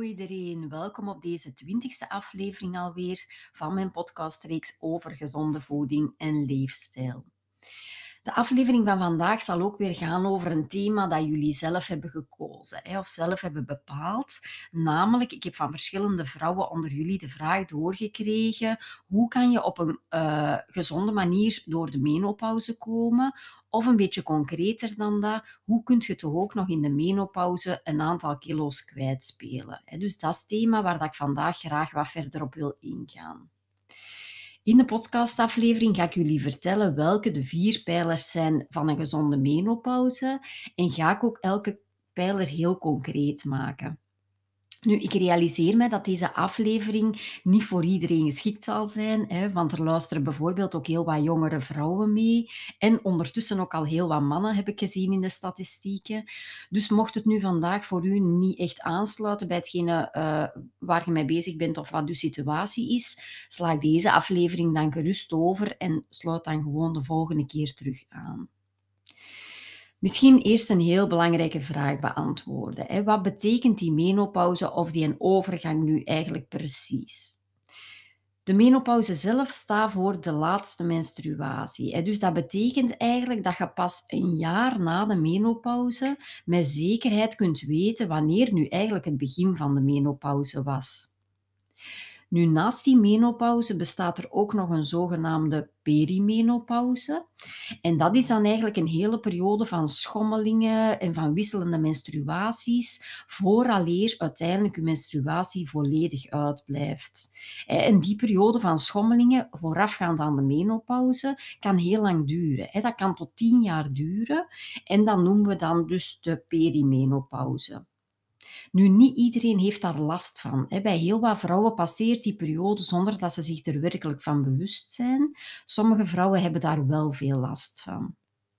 iedereen, welkom op deze 20e aflevering alweer van mijn podcastreeks over gezonde voeding en leefstijl. De aflevering van vandaag zal ook weer gaan over een thema dat jullie zelf hebben gekozen of zelf hebben bepaald. Namelijk, ik heb van verschillende vrouwen onder jullie de vraag doorgekregen: hoe kan je op een gezonde manier door de menopauze komen? Of een beetje concreter dan dat, hoe kun je toch ook nog in de menopauze een aantal kilo's kwijtspelen? Dus dat is het thema waar ik vandaag graag wat verder op wil ingaan. In de podcastaflevering ga ik jullie vertellen welke de 4 pijlers zijn van een gezonde menopauze en ga ik ook elke pijler heel concreet maken. Nu, ik realiseer me dat deze aflevering niet voor iedereen geschikt zal zijn, want er luisteren bijvoorbeeld ook heel wat jongere vrouwen mee en ondertussen ook al heel wat mannen, heb ik gezien in de statistieken. Dus mocht het nu vandaag voor u niet echt aansluiten bij hetgene waar je mee bezig bent of wat uw situatie is, sla ik deze aflevering dan gerust over en sluit dan gewoon de volgende keer terug aan. Misschien eerst een heel belangrijke vraag beantwoorden. Wat betekent die menopauze of die een overgang nu eigenlijk precies? De menopauze zelf staat voor de laatste menstruatie. Dus dat betekent eigenlijk dat je pas een jaar na de menopauze met zekerheid kunt weten wanneer nu eigenlijk het begin van de menopauze was. Nu, naast die menopauze bestaat er ook nog een zogenaamde perimenopauze. En dat is dan eigenlijk een hele periode van schommelingen en van wisselende menstruaties, vooraleer uiteindelijk uw menstruatie volledig uitblijft. En die periode van schommelingen, voorafgaand aan de menopauze, kan heel lang duren. Dat kan tot 10 jaar duren en dat noemen we dan dus de perimenopauze. Nu, niet iedereen heeft daar last van. Bij heel wat vrouwen passeert die periode zonder dat ze zich er werkelijk van bewust zijn. Sommige vrouwen hebben daar wel veel last van.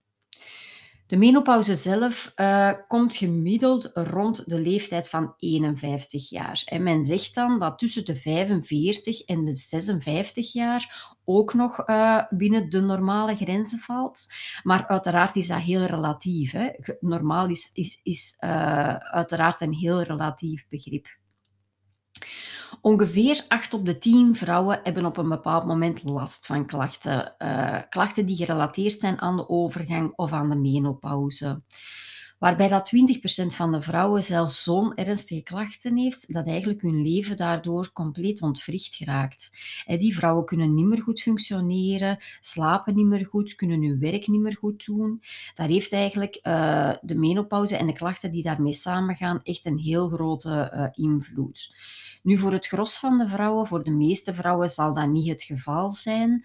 De menopauze zelf komt gemiddeld rond de leeftijd van 51 jaar. En men zegt dan dat tussen de 45 en de 56 jaar ook nog binnen de normale grenzen valt. Maar uiteraard is dat heel relatief. Normaal is uiteraard een heel relatief begrip. Ongeveer 8 op de 10 vrouwen hebben op een bepaald moment last van klachten. Klachten die gerelateerd zijn aan de overgang of aan de menopauze. Waarbij dat 20% van de vrouwen zelfs zo'n ernstige klachten heeft, dat eigenlijk hun leven daardoor compleet ontwricht geraakt. Die vrouwen kunnen niet meer goed functioneren, slapen niet meer goed, kunnen hun werk niet meer goed doen. Daar heeft eigenlijk de menopauze en de klachten die daarmee samengaan echt een heel grote invloed. Nu, voor het gros van de vrouwen, voor de meeste vrouwen, zal dat niet het geval zijn.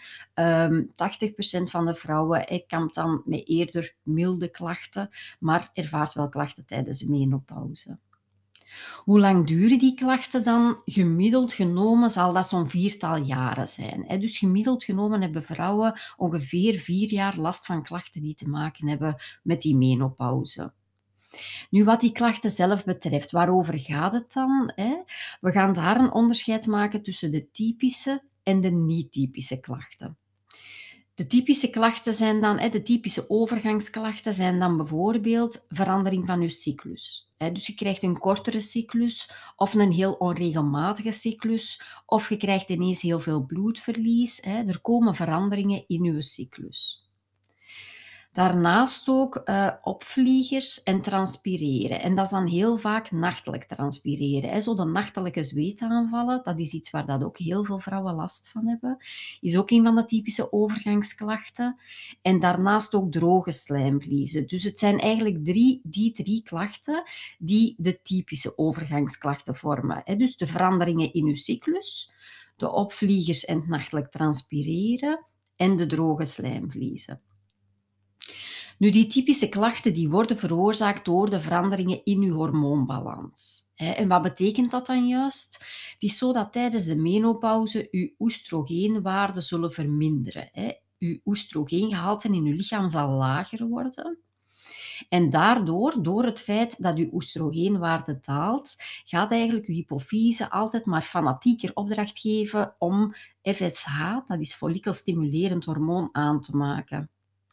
80% van de vrouwen kampt dan met eerder milde klachten, maar ervaart wel klachten tijdens de menopauze. Hoe lang duren die klachten dan? Gemiddeld genomen zal dat zo'n 4-tal jaren zijn. Dus gemiddeld genomen hebben vrouwen ongeveer 4 jaar last van klachten die te maken hebben met die menopauze. Nu, wat die klachten zelf betreft, waarover gaat het dan? We gaan daar een onderscheid maken tussen de typische en de niet-typische klachten. De typische klachten zijn dan, de typische overgangsklachten zijn dan bijvoorbeeld verandering van je cyclus. Dus je krijgt een kortere cyclus of een heel onregelmatige cyclus of je krijgt ineens heel veel bloedverlies. Er komen veranderingen in je cyclus. Daarnaast ook opvliegers en transpireren. En dat is dan heel vaak nachtelijk transpireren. Zo de nachtelijke zweetaanvallen, dat is iets waar dat ook heel veel vrouwen last van hebben. Is ook een van de typische overgangsklachten. En daarnaast ook droge slijmvliezen. Dus het zijn eigenlijk die drie klachten die de typische overgangsklachten vormen. Dus de veranderingen in uw cyclus, de opvliegers en het nachtelijk transpireren en de droge slijmvliezen. Nu, die typische klachten die worden veroorzaakt door de veranderingen in uw hormoonbalans. En wat betekent dat dan juist? Het is zo dat tijdens de menopauze uw oestrogeenwaarden zullen verminderen. Uw oestrogeengehalte in uw lichaam zal lager worden. En daardoor, door het feit dat uw oestrogeenwaarde daalt, gaat eigenlijk uw hypofyse altijd maar fanatieker opdracht geven om FSH, dat is follikelstimulerend hormoon, aan te maken.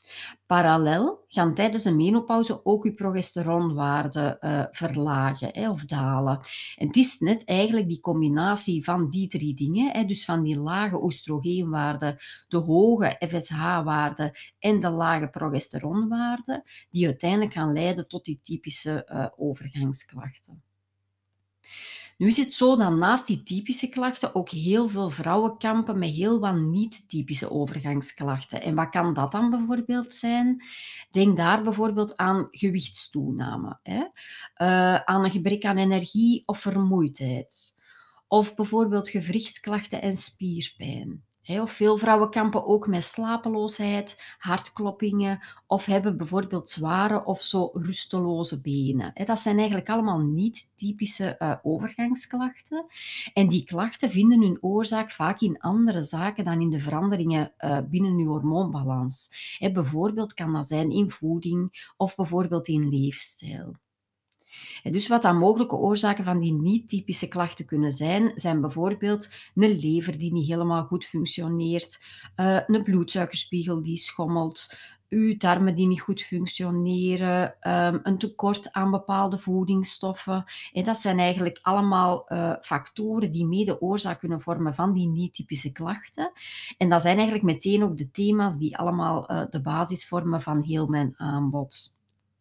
Parallel gaan tijdens de menopauze ook je progesteronwaarden verlagen hè, of dalen. En het is net eigenlijk die combinatie van die drie dingen, hè, dus van die lage oestrogeenwaarden, de hoge FSH-waarden en de lage progesteronwaarden, die uiteindelijk gaan leiden tot die typische overgangsklachten. Nu is het zo dat naast die typische klachten ook heel veel vrouwen kampen met heel wat niet-typische overgangsklachten. En wat kan dat dan bijvoorbeeld zijn? Denk daar bijvoorbeeld aan gewichtstoename, hè? Aan een gebrek aan energie of vermoeidheid. Of bijvoorbeeld gewrichtsklachten en spierpijn. Hè, of veel vrouwen kampen ook met slapeloosheid, hartkloppingen of hebben bijvoorbeeld zware of zo rusteloze benen. Hè, dat zijn eigenlijk allemaal niet typische overgangsklachten. En die klachten vinden hun oorzaak vaak in andere zaken dan in de veranderingen binnen uw hormoonbalans. Hè, bijvoorbeeld kan dat zijn in voeding of bijvoorbeeld in leefstijl. En dus wat dan mogelijke oorzaken van die niet-typische klachten kunnen zijn, zijn bijvoorbeeld een lever die niet helemaal goed functioneert, een bloedsuikerspiegel die schommelt, uw darmen die niet goed functioneren, een tekort aan bepaalde voedingsstoffen. En dat zijn eigenlijk allemaal factoren die mede oorzaak kunnen vormen van die niet-typische klachten. En dat zijn eigenlijk meteen ook de thema's die allemaal de basis vormen van heel mijn aanbod.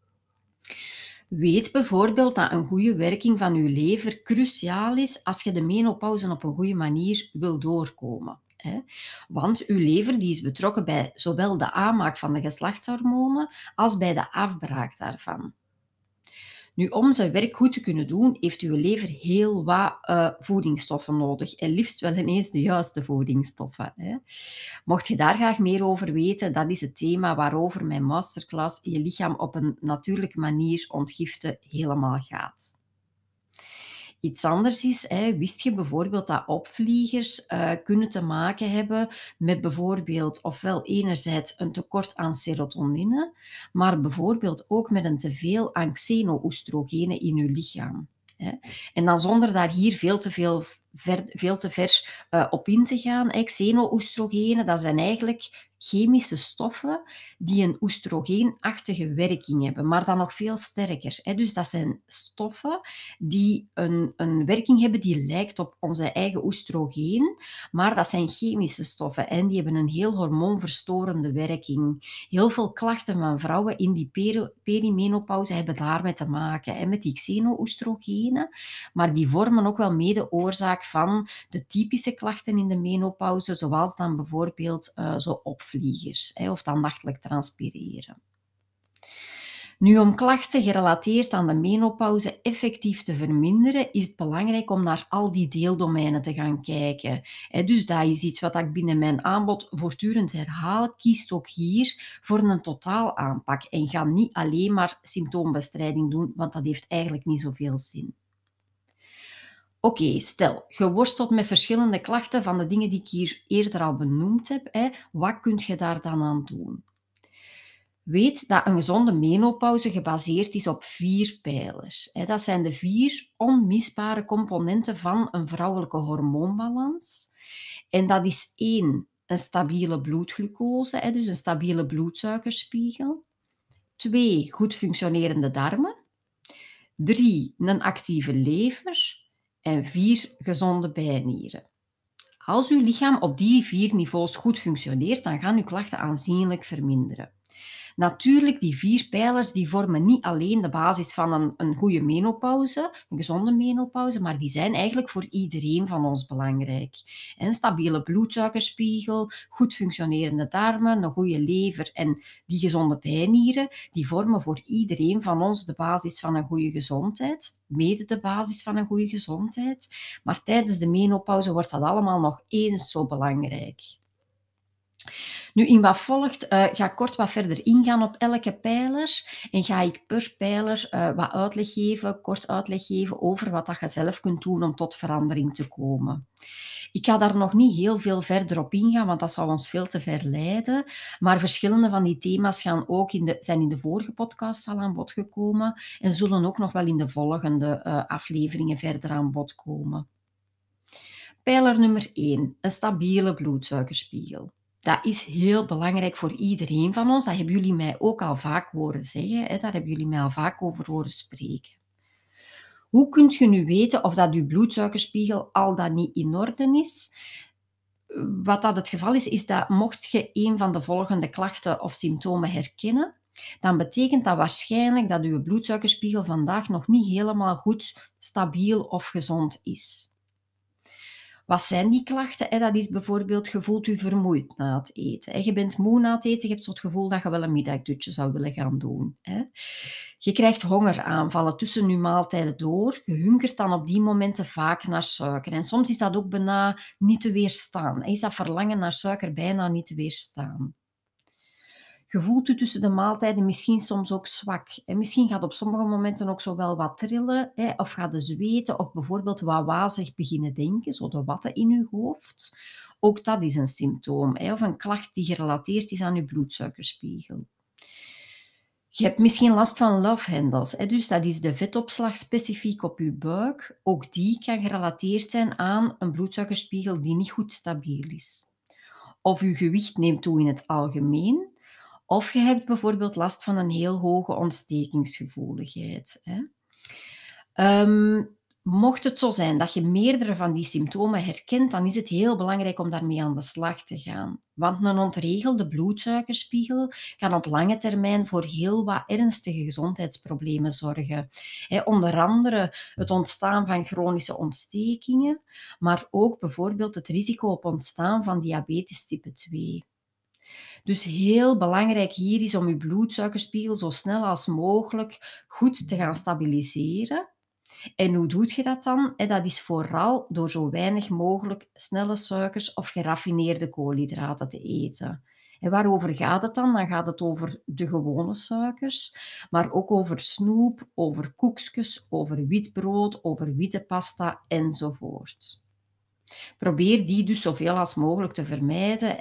Weet bijvoorbeeld dat een goede werking van je lever cruciaal is als je de menopauze op een goede manier wil doorkomen. Hè? Want uw lever die is betrokken bij zowel de aanmaak van de geslachtshormonen als bij de afbraak daarvan. Nu, om zijn werk goed te kunnen doen, heeft uw lever heel wat voedingsstoffen nodig. En liefst wel ineens de juiste voedingsstoffen. Hè. Mocht je daar graag meer over weten, dat is het thema waarover mijn masterclass Je lichaam op een natuurlijke manier ontgiften helemaal gaat. Iets anders is, wist je bijvoorbeeld dat opvliegers kunnen te maken hebben met bijvoorbeeld ofwel enerzijds een tekort aan serotonine, maar bijvoorbeeld ook met een teveel aan xeno-oestrogenen in je lichaam. Hè. En dan zonder daar hier veel te ver op in te gaan. Xeno-oestrogenen, dat zijn eigenlijk chemische stoffen die een oestrogeenachtige werking hebben, maar dan nog veel sterker. Hè. Dus dat zijn stoffen die een werking hebben die lijkt op onze eigen oestrogeen, maar dat zijn chemische stoffen en die hebben een heel hormoonverstorende werking. Heel veel klachten van vrouwen in die perimenopauze hebben daarmee te maken, hè, met die xeno-oestrogenen, maar die vormen ook wel mede oorzaak van de typische klachten in de menopauze, zoals dan bijvoorbeeld zo opvliegers hè, of dan nachtelijk transpireren. Nu, om klachten gerelateerd aan de menopauze effectief te verminderen, is het belangrijk om naar al die deeldomeinen te gaan kijken. Dus dat is iets wat ik binnen mijn aanbod voortdurend herhaal. Kies ook hier voor een totaalaanpak en ga niet alleen maar symptoombestrijding doen, want dat heeft eigenlijk niet zoveel zin. Oké, stel, je worstelt met verschillende klachten van de dingen die ik hier eerder al benoemd heb. Wat kun je daar dan aan doen? Weet dat een gezonde menopauze gebaseerd is op 4 pijlers. Dat zijn de 4 onmisbare componenten van een vrouwelijke hormoonbalans. En dat is 1, een stabiele bloedglucose, dus een stabiele bloedsuikerspiegel. 2, goed functionerende darmen. 3, een actieve lever. En 4, gezonde bijnieren. Als uw lichaam op die 4 niveaus goed functioneert, dan gaan uw klachten aanzienlijk verminderen. Natuurlijk, die 4 pijlers die vormen niet alleen de basis van een goede menopauze, een gezonde menopauze, maar die zijn eigenlijk voor iedereen van ons belangrijk. Een stabiele bloedsuikerspiegel, goed functionerende darmen, een goede lever en die gezonde bijnieren, die vormen voor iedereen van ons de basis van een goede gezondheid, mede de basis van een goede gezondheid. Maar tijdens de menopauze wordt dat allemaal nog eens zo belangrijk. Nu, in wat volgt ga ik kort wat verder ingaan op elke pijler en ga ik per pijler wat uitleg geven, kort uitleg geven over wat dat je zelf kunt doen om tot verandering te komen. Ik ga daar nog niet heel veel verder op ingaan, want dat zou ons veel te ver leiden. Maar verschillende van die thema's zijn in de vorige podcast al aan bod gekomen en zullen ook nog wel in de volgende afleveringen verder aan bod komen. Pijler nummer 1, een stabiele bloedsuikerspiegel. Dat is heel belangrijk voor iedereen van ons. Dat hebben jullie mij ook al vaak horen zeggen, hè. Daar hebben jullie mij al vaak over horen spreken. Hoe kunt je nu weten of dat je bloedsuikerspiegel al dan niet in orde is? Wat dat het geval is, is dat mocht je een van de volgende klachten of symptomen herkennen, dan betekent dat waarschijnlijk dat je bloedsuikerspiegel vandaag nog niet helemaal goed, stabiel of gezond is. Wat zijn die klachten? Dat is bijvoorbeeld, je voelt je vermoeid na het eten. Je bent moe na het eten, je hebt zo het gevoel dat je wel een middagdutje zou willen gaan doen. Je krijgt hongeraanvallen tussen je maaltijden door. Je hunkert dan op die momenten vaak naar suiker. En soms is dat ook bijna niet te weerstaan. Is dat verlangen naar suiker bijna niet te weerstaan. Je voelt je tussen de maaltijden misschien soms ook zwak. En misschien gaat op sommige momenten ook zo wel wat trillen, of gaat je zweten, of bijvoorbeeld wat wazig beginnen denken, zo de watten in je hoofd. Ook dat is een symptoom, of een klacht die gerelateerd is aan je bloedsuikerspiegel. Je hebt misschien last van love handles, dus dat is de vetopslag specifiek op je buik. Ook die kan gerelateerd zijn aan een bloedsuikerspiegel die niet goed stabiel is. Of je gewicht neemt toe in het algemeen, of je hebt bijvoorbeeld last van een heel hoge ontstekingsgevoeligheid. Mocht het zo zijn dat je meerdere van die symptomen herkent, dan is het heel belangrijk om daarmee aan de slag te gaan. Want een ontregelde bloedsuikerspiegel kan op lange termijn voor heel wat ernstige gezondheidsproblemen zorgen. Onder andere het ontstaan van chronische ontstekingen, maar ook bijvoorbeeld het risico op ontstaan van diabetes type 2. Dus heel belangrijk hier is om je bloedsuikerspiegel zo snel als mogelijk goed te gaan stabiliseren. En hoe doe je dat dan? Dat is vooral door zo weinig mogelijk snelle suikers of geraffineerde koolhydraten te eten. En waarover gaat het dan? Dan gaat het over de gewone suikers, maar ook over snoep, over koekjes, over wit brood, over witte pasta enzovoort. Probeer die dus zoveel als mogelijk te vermijden.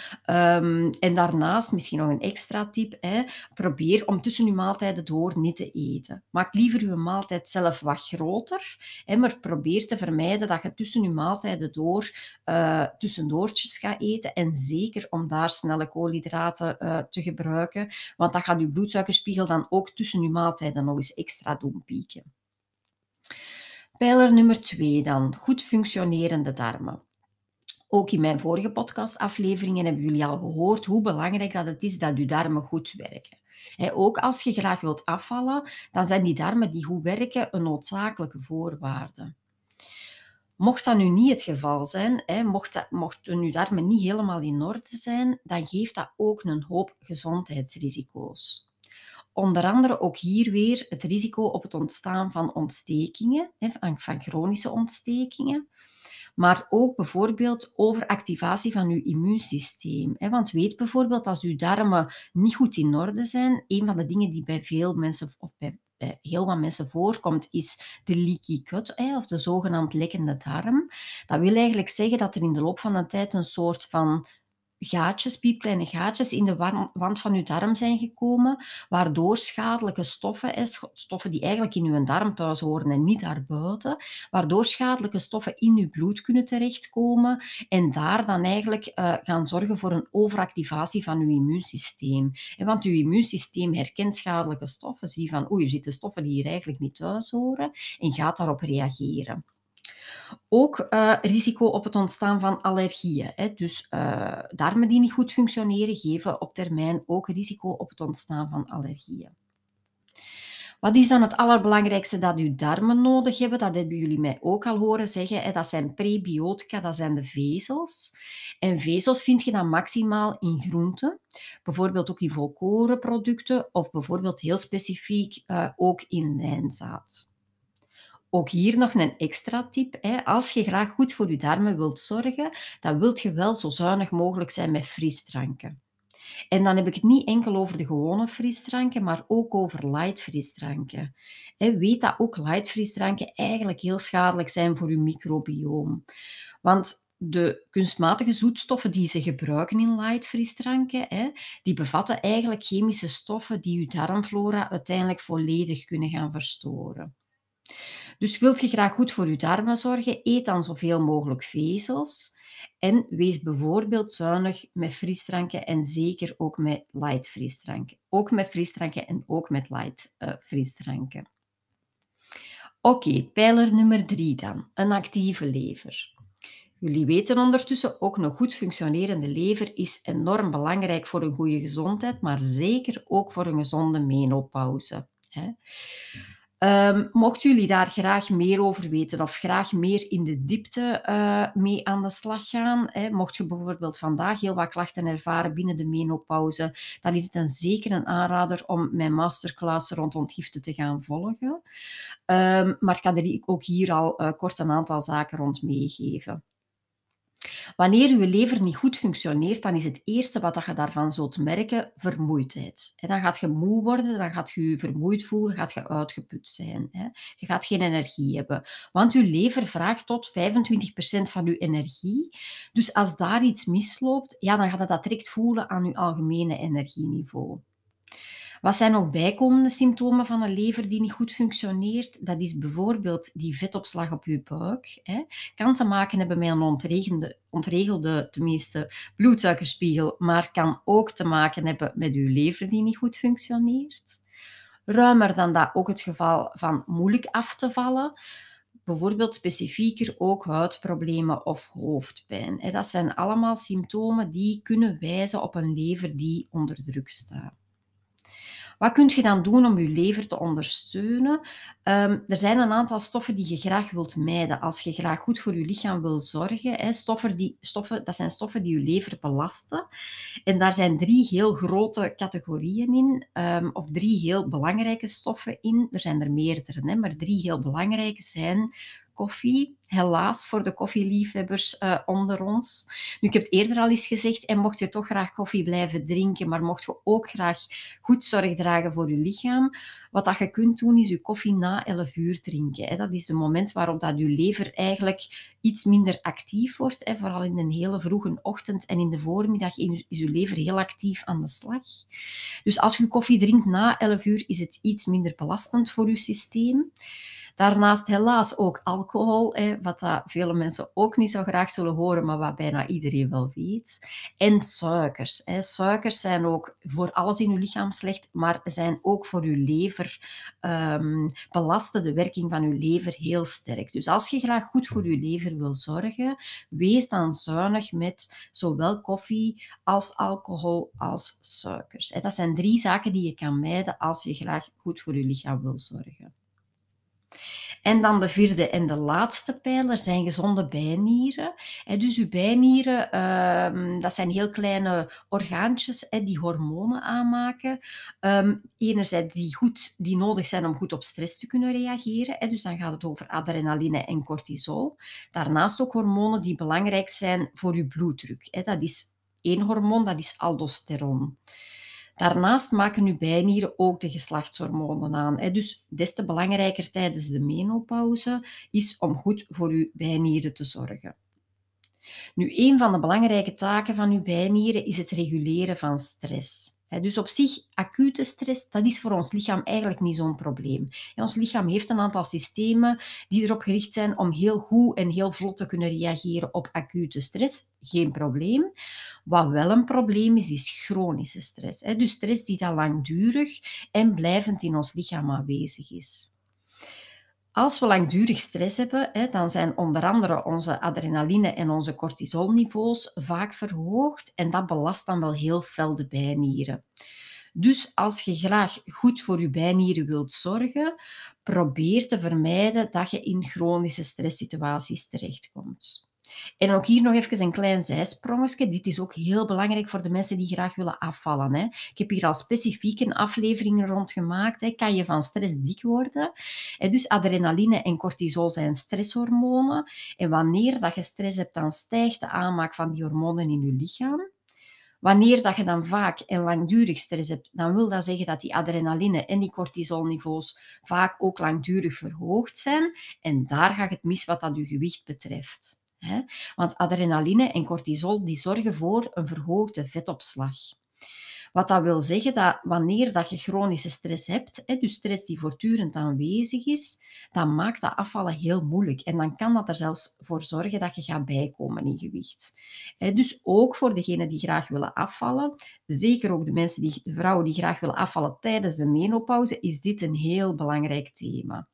En daarnaast, misschien nog een extra tip, probeer om tussen je maaltijden door niet te eten. Maak liever je maaltijd zelf wat groter, maar probeer te vermijden dat je tussen je maaltijden door tussendoortjes gaat eten. En zeker om daar snelle koolhydraten te gebruiken, want dat gaat je bloedsuikerspiegel dan ook tussen je maaltijden nog eens extra doen pieken. Pijler nummer 2 dan, goed functionerende darmen. Ook in mijn vorige podcastafleveringen hebben jullie al gehoord hoe belangrijk dat het is dat je darmen goed werken. Ook als je graag wilt afvallen, dan zijn die darmen die goed werken een noodzakelijke voorwaarde. Mocht dat nu niet het geval zijn, mochten uw darmen niet helemaal in orde zijn, dan geeft dat ook een hoop gezondheidsrisico's. Onder andere ook hier weer het risico op het ontstaan van ontstekingen, van chronische ontstekingen. Maar ook bijvoorbeeld overactivatie van uw immuunsysteem. Want weet bijvoorbeeld, als uw darmen niet goed in orde zijn, een van de dingen die bij veel mensen, of bij heel wat mensen voorkomt, is de leaky gut, of de zogenaamd lekkende darm. Dat wil eigenlijk zeggen dat er in de loop van de tijd een soort van gaatjes, piepkleine gaatjes in de wand van uw darm zijn gekomen, waardoor schadelijke stoffen, stoffen die eigenlijk in uw darm thuis horen en niet daarbuiten, waardoor schadelijke stoffen in uw bloed kunnen terechtkomen en daar dan eigenlijk gaan zorgen voor een overactivatie van uw immuunsysteem. Want uw immuunsysteem herkent schadelijke stoffen, zie van er zitten stoffen die hier eigenlijk niet thuis horen en gaat daarop reageren. Ook risico op het ontstaan van allergieën. Dus darmen die niet goed functioneren, geven op termijn ook risico op het ontstaan van allergieën. Wat is dan het allerbelangrijkste dat uw darmen nodig hebben? Dat hebben jullie mij ook al horen zeggen. Dat zijn prebiotica, dat zijn de vezels. En vezels vind je dan maximaal in groenten, bijvoorbeeld ook in volkorenproducten of bijvoorbeeld heel specifiek ook in lijnzaad. Ook hier nog een extra tip. Als je graag goed voor je darmen wilt zorgen, dan wilt je wel zo zuinig mogelijk zijn met frisdranken. En dan heb ik het niet enkel over de gewone frisdranken, maar ook over light frisdranken. Weet dat ook light frisdranken eigenlijk heel schadelijk zijn voor je microbioom. Want de kunstmatige zoetstoffen die ze gebruiken in light frisdranken, die bevatten eigenlijk chemische stoffen die je darmflora uiteindelijk volledig kunnen gaan verstoren. Dus wilt je graag goed voor je darmen zorgen, eet dan zoveel mogelijk vezels. En wees bijvoorbeeld zuinig met frisdranken en zeker ook met light frisdranken. Ook met frisdranken en ook met light frisdranken. Oké, pijler nummer 3 dan, een actieve lever. Jullie weten ondertussen, ook een goed functionerende lever is enorm belangrijk voor een goede gezondheid, maar zeker ook voor een gezonde menopauze. Hè. Mochten jullie daar graag meer over weten of graag meer in de diepte mee aan de slag gaan, hè, mocht je bijvoorbeeld vandaag heel wat klachten ervaren binnen de menopauze, dan is het dan zeker een aanrader om mijn masterclass rond ontgiften te gaan volgen. Maar ik kan er ook hier al kort een aantal zaken rond meegeven. Wanneer uw lever niet goed functioneert, dan is het eerste wat je daarvan zult merken vermoeidheid. En dan gaat je moe worden, dan gaat je je vermoeid voelen, gaat je uitgeput zijn. Je gaat geen energie hebben. Want je lever vraagt tot 25% van je energie. Dus als daar iets misloopt, ja, dan gaat dat direct voelen aan je algemene energieniveau. Wat zijn nog bijkomende symptomen van een lever die niet goed functioneert? Dat is bijvoorbeeld die vetopslag op je buik. Kan te maken hebben met een ontregelde tenminste, bloedsuikerspiegel, maar kan ook te maken hebben met je lever die niet goed functioneert. Ruimer dan dat ook het geval van moeilijk af te vallen. Bijvoorbeeld specifieker ook huidproblemen of hoofdpijn. Dat zijn allemaal symptomen die kunnen wijzen op een lever die onder druk staat. Wat kun je dan doen om je lever te ondersteunen? Er zijn een aantal stoffen die je graag wilt mijden als je graag goed voor je lichaam wil zorgen. Dat zijn stoffen die je lever belasten. En daar zijn 3 heel grote categorieën in, of 3 heel belangrijke stoffen in. Er zijn er meerdere, maar 3 heel belangrijke zijn koffie, helaas voor de koffieliefhebbers onder ons. Nu, ik heb het eerder al eens gezegd, en mocht je toch graag koffie blijven drinken, maar mocht je ook graag goed zorg dragen voor je lichaam, wat dat je kunt doen, is je koffie na 11 uur drinken. Dat is het moment waarop dat je lever eigenlijk iets minder actief wordt. Vooral in een hele vroege ochtend en in de voormiddag is je lever heel actief aan de slag. Dus als je koffie drinkt na 11 uur, is het iets minder belastend voor je systeem. Daarnaast helaas ook alcohol, wat dat vele mensen ook niet zo graag zullen horen, maar wat bijna iedereen wel weet. En suikers. Suikers zijn ook voor alles in uw lichaam slecht, maar zijn ook voor uw lever belasten de werking van uw lever heel sterk. Dus als je graag goed voor je lever wil zorgen, wees dan zuinig met zowel koffie als alcohol als suikers. Dat zijn 3 zaken die je kan mijden als je graag goed voor je lichaam wil zorgen. En dan de 4e en de laatste pijler zijn gezonde bijnieren. Dus uw bijnieren, dat zijn heel kleine orgaantjes die hormonen aanmaken. Enerzijds die nodig zijn om goed op stress te kunnen reageren. Dus dan gaat het over adrenaline en cortisol. Daarnaast ook hormonen die belangrijk zijn voor uw bloeddruk. Dat is 1 hormoon, dat is aldosteron. Daarnaast maken uw bijnieren ook de geslachtshormonen aan. Dus des te belangrijker tijdens de menopauze is om goed voor uw bijnieren te zorgen. Nu, een van de belangrijke taken van uw bijnieren is het reguleren van stress. Dus op zich, acute stress, dat is voor ons lichaam eigenlijk niet zo'n probleem. Ons lichaam heeft een aantal systemen die erop gericht zijn om heel goed en heel vlot te kunnen reageren op acute stress. Geen probleem. Wat wel een probleem is, is chronische stress. Dus stress die dan langdurig en blijvend in ons lichaam aanwezig is. Als we langdurig stress hebben, dan zijn onder andere onze adrenaline en onze cortisolniveaus vaak verhoogd en dat belast dan wel heel fel de bijnieren. Dus als je graag goed voor je bijnieren wilt zorgen, probeer te vermijden dat je in chronische stresssituaties terechtkomt. En ook hier nog even een klein zijsprongetje. Dit is ook heel belangrijk voor de mensen die graag willen afvallen. Ik heb hier al specifiek een aflevering rond gemaakt. Kan je van stress dik worden? Dus adrenaline en cortisol zijn stresshormonen. En wanneer dat je stress hebt, dan stijgt de aanmaak van die hormonen in je lichaam. Wanneer dat je dan vaak en langdurig stress hebt, dan wil dat zeggen dat die adrenaline en die cortisolniveaus vaak ook langdurig verhoogd zijn. En daar gaat het mis wat dat je gewicht betreft. Want adrenaline en cortisol die zorgen voor een verhoogde vetopslag. Wat dat wil zeggen dat wanneer dat je chronische stress hebt, dus stress die voortdurend aanwezig is, dan maakt dat afvallen heel moeilijk. En dan kan dat er zelfs voor zorgen dat je gaat bijkomen in gewicht. Dus ook voor degenen die graag willen afvallen, zeker ook de vrouwen die graag willen afvallen tijdens de menopauze, is dit een heel belangrijk thema.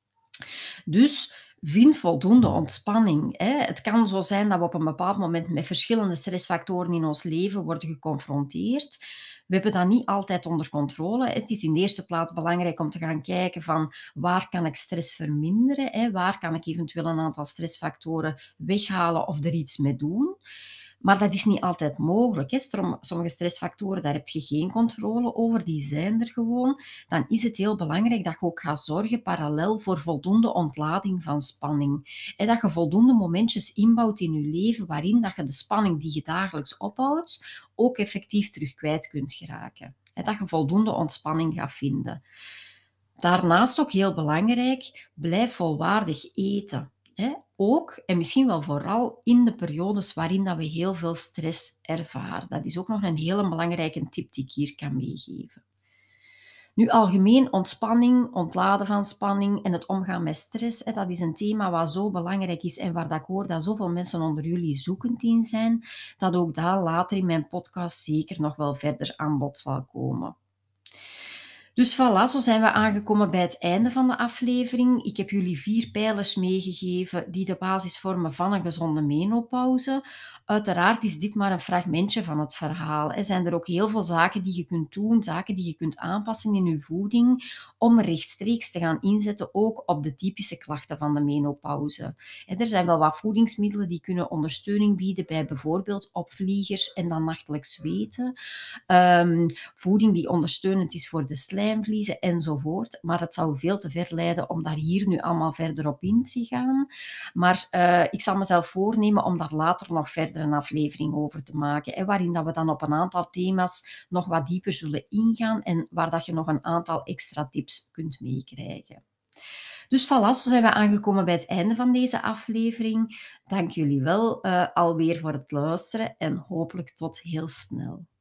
Dus vind voldoende ontspanning. Het kan zo zijn dat we op een bepaald moment met verschillende stressfactoren in ons leven worden geconfronteerd. We hebben dat niet altijd onder controle. Het is in de eerste plaats belangrijk om te gaan kijken van waar kan ik stress verminderen? Waar kan ik eventueel een aantal stressfactoren weghalen of er iets mee doen? Maar dat is niet altijd mogelijk. Sommige stressfactoren, daar heb je geen controle over, die zijn er gewoon. Dan is het heel belangrijk dat je ook gaat zorgen parallel voor voldoende ontlading van spanning. En dat je voldoende momentjes inbouwt in je leven waarin dat je de spanning die je dagelijks ophoudt ook effectief terug kwijt kunt geraken. En dat je voldoende ontspanning gaat vinden. Daarnaast ook heel belangrijk, blijf volwaardig eten. Ook, en misschien wel vooral, in de periodes waarin dat we heel veel stress ervaren. Dat is ook nog een hele belangrijke tip die ik hier kan meegeven. Nu, algemeen ontspanning, ontladen van spanning en het omgaan met stress, dat is een thema wat zo belangrijk is en waar dat ik hoor dat zoveel mensen onder jullie zoekend in zijn, dat ook dat later in mijn podcast zeker nog wel verder aan bod zal komen. Dus voilà, zo zijn we aangekomen bij het einde van de aflevering. Ik heb jullie 4 pijlers meegegeven die de basis vormen van een gezonde menopauze. Uiteraard is dit maar een fragmentje van het verhaal. Er zijn er ook heel veel zaken die je kunt doen, zaken die je kunt aanpassen in je voeding, om rechtstreeks te gaan inzetten ook op de typische klachten van de menopauze. Er zijn wel wat voedingsmiddelen die kunnen ondersteuning bieden bij bijvoorbeeld opvliegers en dan nachtelijk zweten. Voeding die ondersteunend is voor de slijmvliezen enzovoort. Maar het zou veel te ver leiden om daar hier nu allemaal verder op in te gaan. Maar ik zal mezelf voornemen om daar later nog verder een aflevering over te maken, waarin dat we dan op een aantal thema's nog wat dieper zullen ingaan en waar dat je nog een aantal extra tips kunt meekrijgen. Dus voilà, zo zijn we aangekomen bij het einde van deze aflevering. Dank jullie wel alweer voor het luisteren en hopelijk tot heel snel.